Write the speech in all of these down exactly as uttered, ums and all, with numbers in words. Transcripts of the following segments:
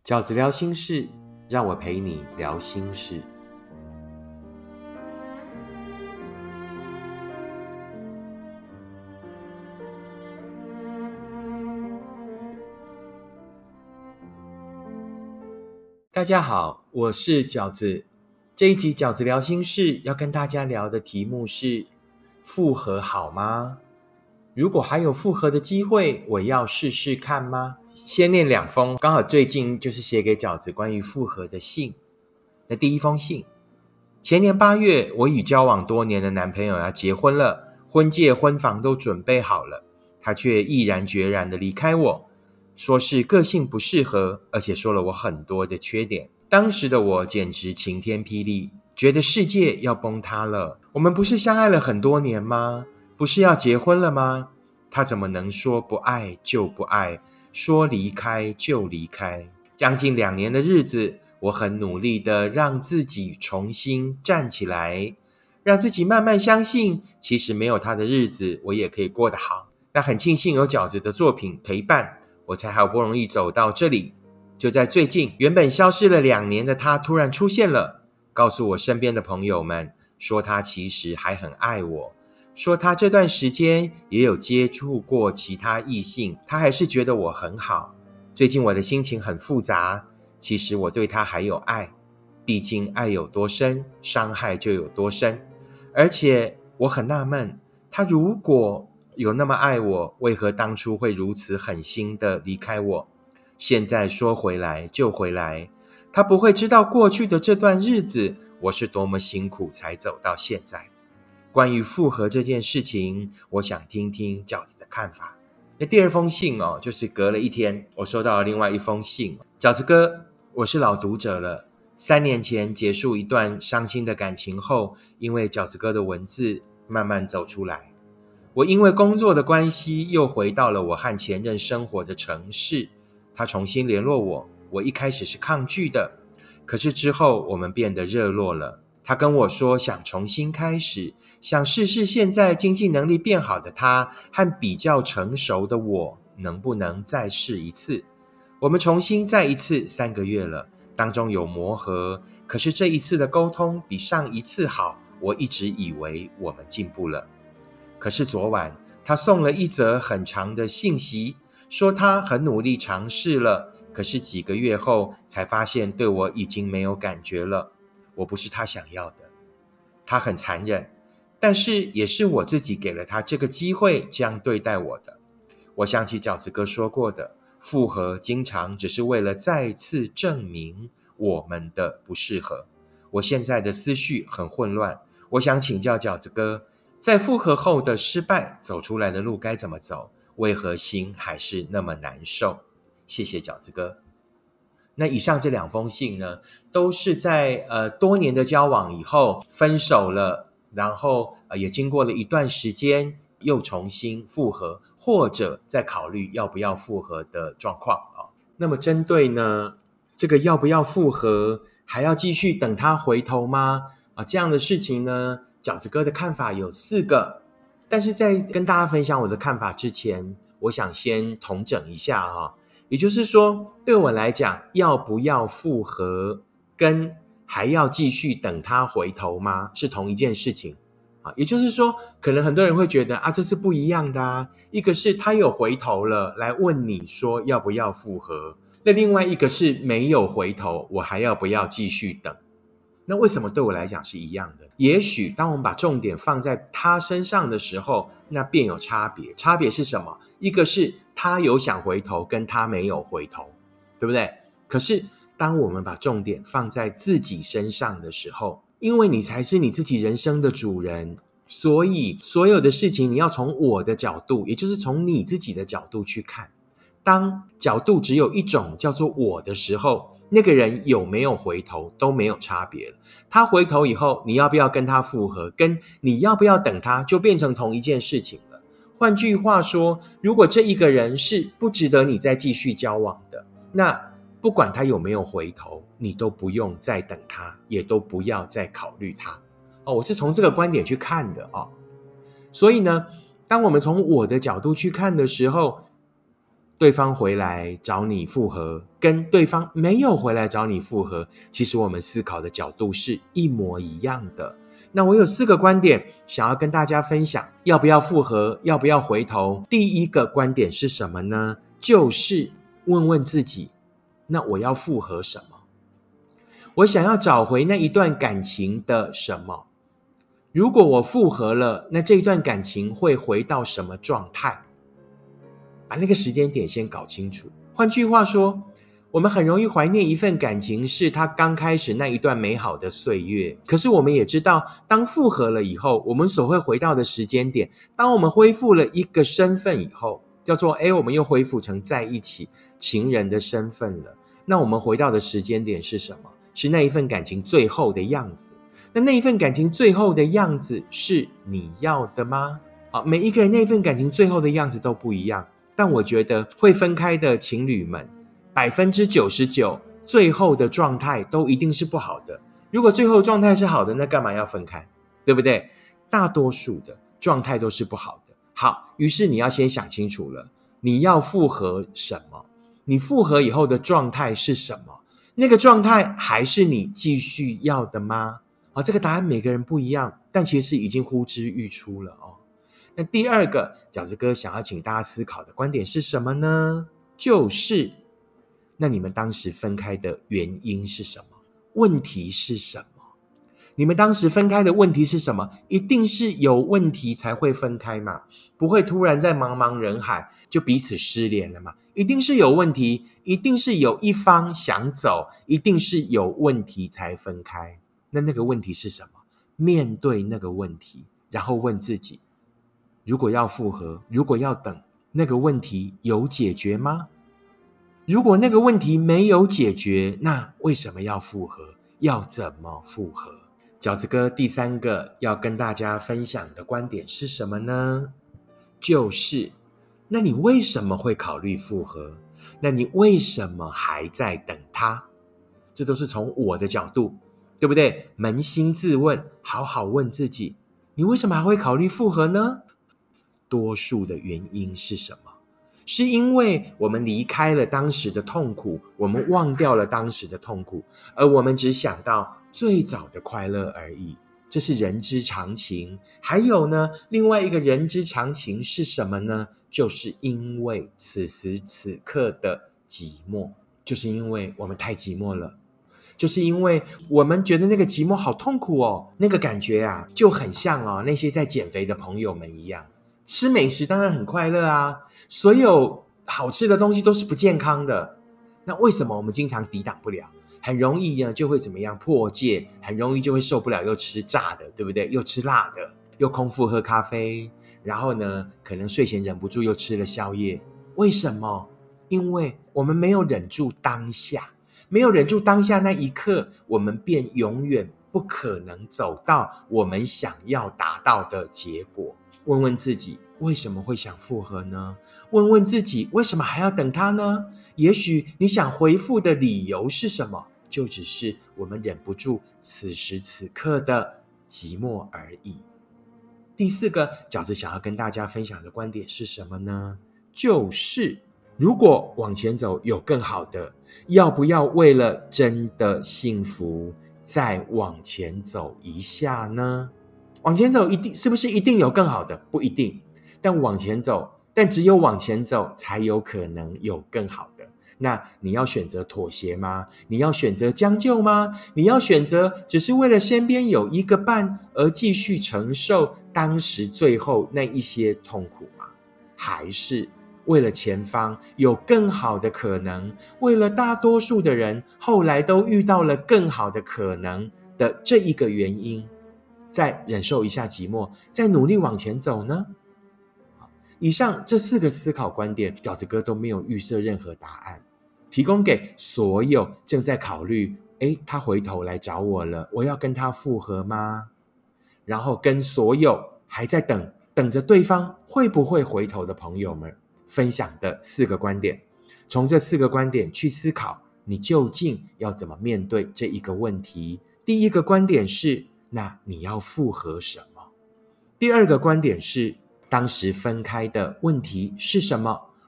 饺子聊心事，让我陪你聊心事。大家好，我是饺子。这一集饺子聊心事要跟大家聊的题目是：复合好吗？如果还有复合的机会，我要试试看吗？先念两封，刚好最近就是写给饺子关于复合的信。那第一封信，前年八月，我与交往多年的男朋友要结婚了，婚戒婚房都准备好了，他却毅然决然地离开我，说是个性不适合，而且说了我很多的缺点。当时的我简直晴天霹雳，觉得世界要崩塌了。我们不是相爱了很多年吗？不是要结婚了吗？他怎么能说不爱就不爱，说离开就离开？将近两年的日子，我很努力的让自己重新站起来，让自己慢慢相信，其实没有他的日子，我也可以过得好。但很庆幸有饺子的作品陪伴，我才好不容易走到这里。就在最近，原本消失了两年的他突然出现了，告诉我身边的朋友们，说他其实还很爱我，说他这段时间也有接触过其他异性，他还是觉得我很好。最近我的心情很复杂，其实我对他还有爱，毕竟爱有多深，伤害就有多深。而且我很纳闷，他如果有那么爱我，为何当初会如此狠心的离开我？现在说回来就回来，他不会知道过去的这段日子，我是多么辛苦才走到现在。关于复合这件事情，我想听听饺子的看法。那第二封信哦，就是隔了一天，我收到了另外一封信。饺子哥，我是老读者了。三年前结束一段伤心的感情后，因为饺子哥的文字慢慢走出来。我因为工作的关系，又回到了我和前任生活的城市。他重新联络我，我一开始是抗拒的，可是之后我们变得热络了。他跟我说想重新开始，想试试现在经济能力变好的他和比较成熟的我能不能再试一次。我们重新再一次三个月了，当中有磨合，可是这一次的沟通比上一次好，我一直以为我们进步了。可是昨晚他送了一则很长的信息，说他很努力尝试了，可是几个月后才发现对我已经没有感觉了。我不是他想要的，他很残忍，但是也是我自己给了他这个机会这样对待我的。我想起饺子哥说过的，复合经常只是为了再次证明我们的不适合。我现在的思绪很混乱，我想请教饺子哥，在复合后的失败走出来的路该怎么走？为何心还是那么难受？谢谢饺子哥。那以上这两封信呢，都是在呃多年的交往以后分手了，然后、呃、也经过了一段时间又重新复合，或者再考虑要不要复合的状况、哦、那么针对呢这个要不要复合，还要继续等他回头吗、啊、这样的事情呢，饺子哥的看法有四个。但是在跟大家分享我的看法之前，我想先统整一下哈、哦。也就是说，对我来讲，要不要复合跟还要继续等他回头吗，是同一件事情啊。也就是说，可能很多人会觉得啊，这是不一样的啊。一个是他有回头了，来问你说要不要复合，那另外一个是没有回头，我还要不要继续等？那为什么对我来讲是一样的？也许当我们把重点放在他身上的时候，那便有差别。差别是什么？一个是他有想回头，跟他没有回头，对不对？可是当我们把重点放在自己身上的时候，因为你才是你自己人生的主人，所以所有的事情你要从我的角度，也就是从你自己的角度去看。当角度只有一种叫做我的时候，那个人有没有回头都没有差别了。他回头以后，你要不要跟他复合，跟你要不要等他，就变成同一件事情了。换句话说，如果这一个人是不值得你再继续交往的，那不管他有没有回头，你都不用再等他，也都不要再考虑他。哦，我是从这个观点去看的哦。所以呢，当我们从我的角度去看的时候， 对方回来找你复合，跟对方没有回来找你复合，其实我们思考的角度是一模一样的。那我有四个观点想要跟大家分享，要不要复合，要不要回头。第一个观点是什么呢？就是问问自己，那我要复合什么？我想要找回那一段感情的什么？如果我复合了，那这一段感情会回到什么状态？把那个时间点先搞清楚。换句话说，我们很容易怀念一份感情是他刚开始那一段美好的岁月，可是我们也知道，当复合了以后，我们所会回到的时间点，当我们恢复了一个身份以后，叫做诶我们又恢复成在一起情人的身份了，那我们回到的时间点是什么？是那一份感情最后的样子。那那一份感情最后的样子是你要的吗？好，每一个人那份感情最后的样子都不一样，但我觉得会分开的情侣们百分之九十九最后的状态都一定是不好的。如果最后状态是好的，那干嘛要分开？对不对？大多数的状态都是不好的。好，于是你要先想清楚了，你要复合什么？你复合以后的状态是什么？那个状态还是你继续要的吗？好，这个答案每个人不一样，但其实已经呼之欲出了哦。那第二个饺子哥想要请大家思考的观点是什么呢？就是那你们当时分开的原因是什么？问题是什么？你们当时分开的问题是什么？一定是有问题才会分开嘛，不会突然在茫茫人海就彼此失联了嘛，一定是有问题，一定是有一方想走，一定是有问题才分开。那那个问题是什么？面对那个问题，然后问自己，如果要复合，如果要等，那个问题有解决吗？如果那个问题没有解决，那为什么要复合？要怎么复合？饺子哥第三个要跟大家分享的观点是什么呢？就是那你为什么会考虑复合？那你为什么还在等他？这都是从我的角度，对不对？扪心自问，好好问自己，你为什么还会考虑复合呢？多数的原因是什么？是因为我们离开了当时的痛苦，我们忘掉了当时的痛苦，而我们只想到最早的快乐而已，这是人之常情。还有呢，另外一个人之常情是什么呢？就是因为此时此刻的寂寞，就是因为我们太寂寞了，就是因为我们觉得那个寂寞好痛苦哦，那个感觉啊，就很像哦那些在减肥的朋友们一样。吃美食当然很快乐啊，所有好吃的东西都是不健康的，那为什么我们经常抵挡不了？很容易呢就会怎么样破戒，很容易就会受不了，又吃炸的，对不对？又吃辣的，又空腹喝咖啡，然后呢可能睡前忍不住又吃了宵夜。为什么？因为我们没有忍住当下，没有忍住当下那一刻，我们便永远不可能走到我们想要达到的结果。问问自己，为什么会想复合呢？问问自己，为什么还要等他呢？也许你想回复的理由是什么？就只是我们忍不住此时此刻的寂寞而已。第四个饺子想要跟大家分享的观点是什么呢？就是如果往前走有更好的，要不要为了真的幸福再往前走一下呢？往前走一定是不是一定有更好的？不一定，但往前走，但只有往前走才有可能有更好的。那你要选择妥协吗？你要选择将就吗？你要选择只是为了身边有一个伴而继续承受当时最后那一些痛苦吗？还是为了前方有更好的可能，为了大多数的人后来都遇到了更好的可能的这一个原因，再忍受一下寂寞，再努力往前走呢？以上这四个思考观点，饺子哥都没有预设任何答案，提供给所有正在考虑，诶，他回头来找我了，我要跟他复合吗？然后跟所有还在等等着对方会不会回头的朋友们分享的四个观点，从这四个观点去思考，你究竟要怎么面对这一个问题。第一个观点是，那你要复合什么？第二个观点是，当时分开的问题是什么？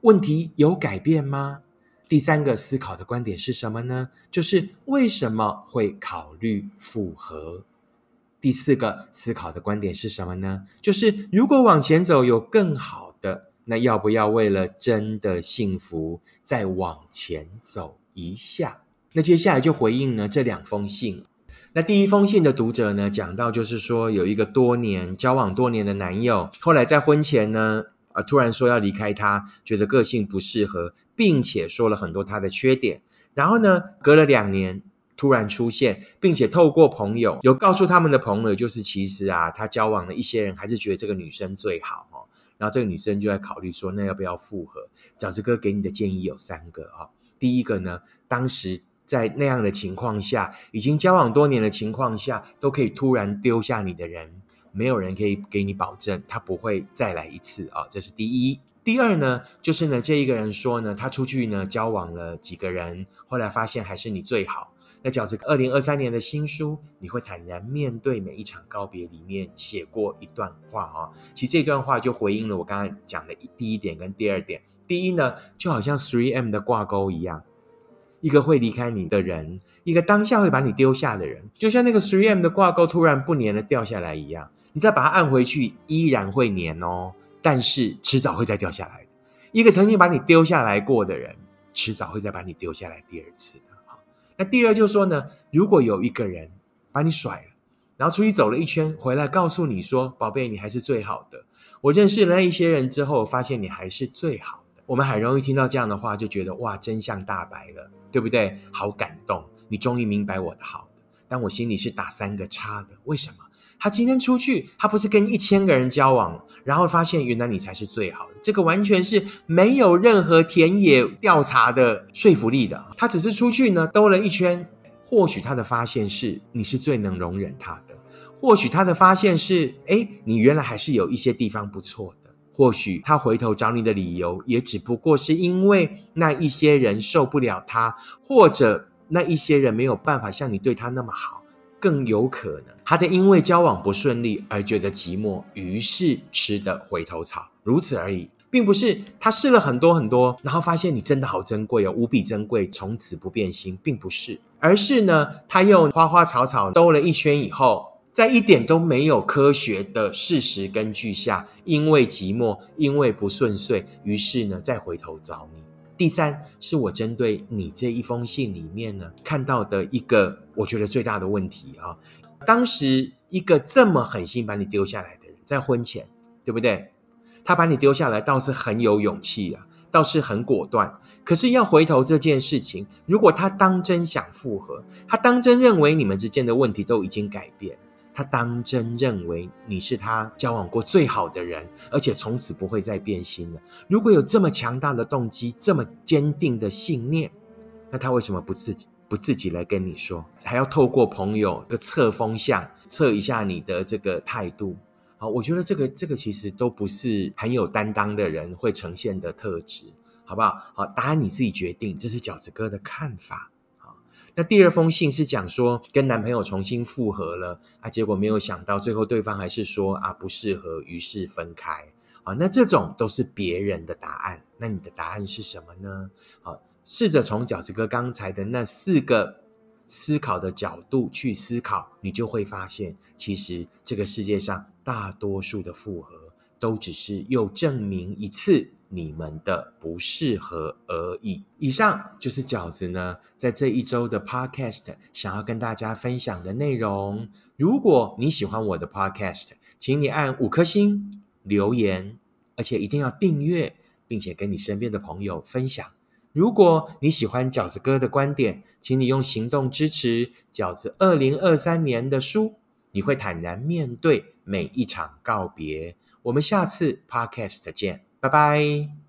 问题有改变吗？第三个思考的观点是什么呢？就是为什么会考虑复合？第四个思考的观点是什么呢？就是如果往前走有更好的，那要不要为了真的幸福再往前走一下？那接下来就回应呢这两封信。那第一封信的读者呢，讲到就是说有一个多年交往多年的男友，后来在婚前呢呃，突然说要离开他，觉得个性不适合，并且说了很多他的缺点。然后呢隔了两年突然出现，并且透过朋友有告诉他们的朋友，就是其实啊他交往了一些人，还是觉得这个女生最好哦。然后这个女生就在考虑说那要不要复合。饺子哥给你的建议有三个哦。第一个呢，当时在那样的情况下，已经交往多年的情况下，都可以突然丢下你的人，没有人可以给你保证他不会再来一次啊、哦，这是第一。第二呢，就是呢这一个人说呢，他出去呢交往了几个人，后来发现还是你最好。那饺子二零二三年的新书你会坦然面对每一场告别里面写过一段话哦。其实这段话就回应了我刚才讲的第一点跟第二点。第一呢，就好像 三 M 的挂钩一样，一个会离开你的人，一个当下会把你丢下的人，就像那个 三 M 的挂钩突然不粘了掉下来一样，你再把它按回去依然会粘哦，但是迟早会再掉下来的。一个曾经把你丢下来过的人，迟早会再把你丢下来第二次的。那第二就是说呢，如果有一个人把你甩了，然后出去走了一圈，回来告诉你说宝贝你还是最好的，我认识了那一些人之后发现你还是最好的，我们很容易听到这样的话就觉得哇真相大白了，对不对？好感动，你终于明白我的好的。但我心里是打三个叉的。为什么？他今天出去，他不是跟一千个人交往，然后发现原来你才是最好的，这个完全是没有任何田野调查的说服力的。他只是出去呢兜了一圈，或许他的发现是你是最能容忍他的，或许他的发现是诶你原来还是有一些地方不错的，或许他回头找你的理由也只不过是因为那一些人受不了他，或者那一些人没有办法像你对他那么好，更有可能他的因为交往不顺利而觉得寂寞，于是吃的回头草，如此而已。并不是他试了很多很多，然后发现你真的好珍贵哦，无比珍贵，从此不变心，并不是。而是呢他用花花草草兜了一圈以后，在一点都没有科学的事实根据下，因为寂寞，因为不顺遂，于是呢再回头找你。第三，是我针对你这一封信里面呢看到的一个我觉得最大的问题啊。当时一个这么狠心把你丢下来的人，在婚前对不对，他把你丢下来倒是很有勇气啊，倒是很果断。可是要回头这件事情，如果他当真想复合，他当真认为你们之间的问题都已经改变，他当真认为你是他交往过最好的人，而且从此不会再变心了，如果有这么强大的动机，这么坚定的信念，那他为什么不自己不自己来跟你说，还要透过朋友的测风向，测一下你的这个态度？好，我觉得这个这个其实都不是很有担当的人会呈现的特质，好不好？好，答案你自己决定，这是饺子哥的看法。好，那第二封信是讲说跟男朋友重新复合了啊，结果没有想到最后对方还是说啊不适合，于是分开。好，那这种都是别人的答案，那你的答案是什么呢？好，试着从饺子哥刚才的那四个思考的角度去思考，你就会发现其实这个世界上大多数的复合都只是又证明一次你们的不适合而已。以上就是饺子呢在这一周的 podcast 想要跟大家分享的内容。如果你喜欢我的 podcast， 请你按五颗星留言，而且一定要订阅，并且跟你身边的朋友分享。如果你喜欢饺子哥的观点，请你用行动支持饺子二零二三年的书，你会坦然面对每一场告别。我们下次 podcast 见，拜拜。